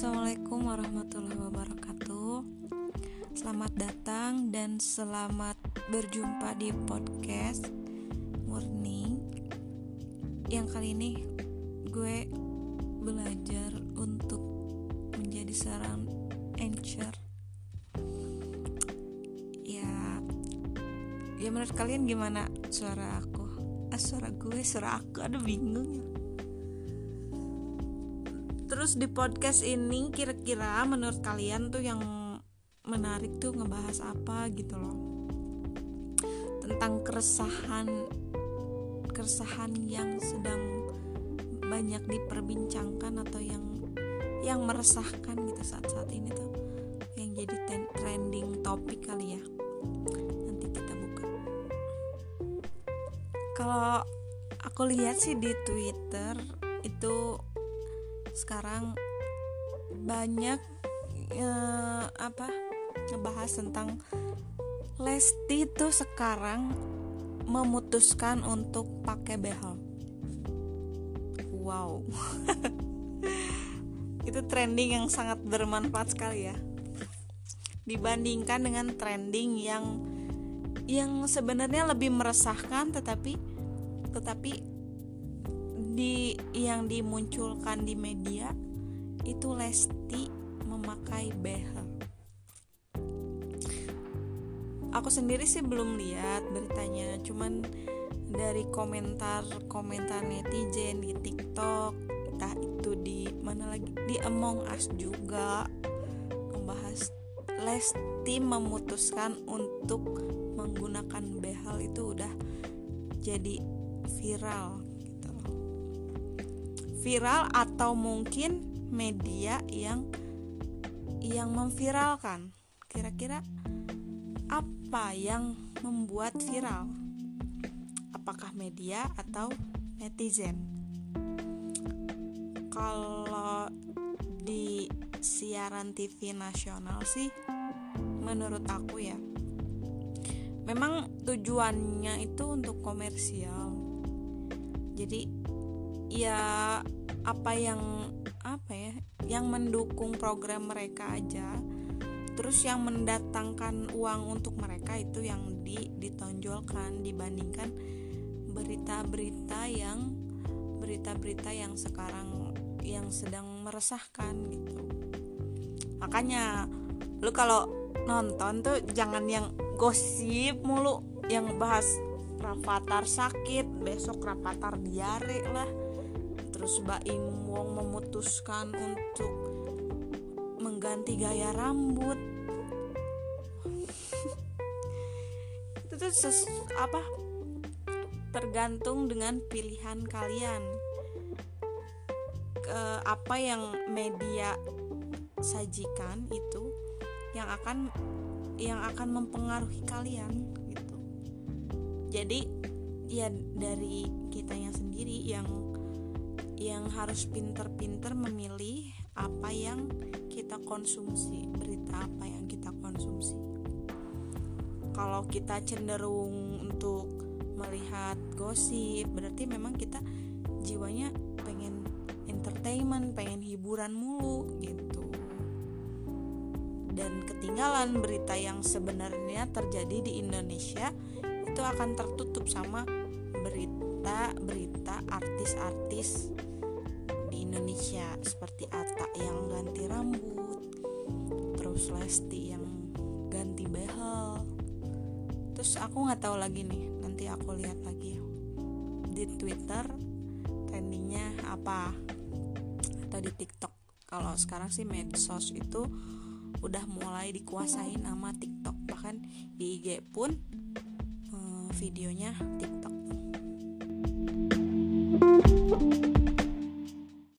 Assalamualaikum warahmatullahi wabarakatuh. Selamat datang dan selamat berjumpa di podcast Morning. Yang kali ini gue belajar untuk menjadi seorang anchor. Ya menurut kalian gimana suara aku? Suara aku, aduh bingung ya. Terus di podcast ini kira-kira menurut kalian tuh yang menarik tuh ngebahas apa gitu loh. Tentang keresahan yang sedang banyak diperbincangkan atau yang meresahkan gitu saat-saat ini tuh, yang jadi trending topik kali ya. Nanti kita buka. Kalau aku lihat sih di Twitter itu sekarang banyak ngebahas tentang Lesti tuh sekarang memutuskan untuk pakai behel. Wow. Itu trending yang sangat bermanfaat sekali ya, dibandingkan dengan trending yang sebenarnya lebih meresahkan, tetapi yang dimunculkan di media itu Lesti memakai behel. Aku sendiri sih belum lihat beritanya, cuman dari komentar netizen di TikTok, entah itu di mana lagi, di Among Us juga membahas Lesti memutuskan untuk menggunakan behel itu udah jadi viral. Viral atau mungkin media yang memviralkan. Kira-kira apa yang membuat viral? Apakah media atau netizen? Kalau di siaran TV nasional sih menurut aku ya, memang tujuannya itu untuk komersial. Jadi ya yang mendukung program mereka aja, terus yang mendatangkan uang untuk mereka itu yang ditonjolkan, dibandingkan berita-berita yang sekarang yang sedang meresahkan gitu. Makanya lu kalau nonton tuh jangan yang gosip mulu, yang bahas Rafathar sakit, besok Rafathar diare lah, terus Baim Wong memutuskan untuk mengganti gaya rambut. Itu tuh tergantung dengan pilihan kalian. Apa yang media sajikan itu yang akan mempengaruhi kalian gitu. Jadi ya dari kitanya sendiri yang harus pinter-pinter memilih apa yang kita konsumsi, berita apa yang kita konsumsi. Kalau kita cenderung untuk melihat gosip, berarti memang kita jiwanya pengen entertainment, pengen hiburan mulu gitu. Dan ketinggalan berita yang sebenarnya terjadi di Indonesia itu akan tertutup sama berita artis-artis di Indonesia seperti Atta yang ganti rambut, terus Lesti yang ganti behel. Terus aku nggak tahu lagi nih, nanti aku lihat lagi di Twitter trendingnya apa, atau di TikTok. Kalau sekarang sih medsos itu udah mulai dikuasai nama TikTok, bahkan di IG pun videonya TikTok.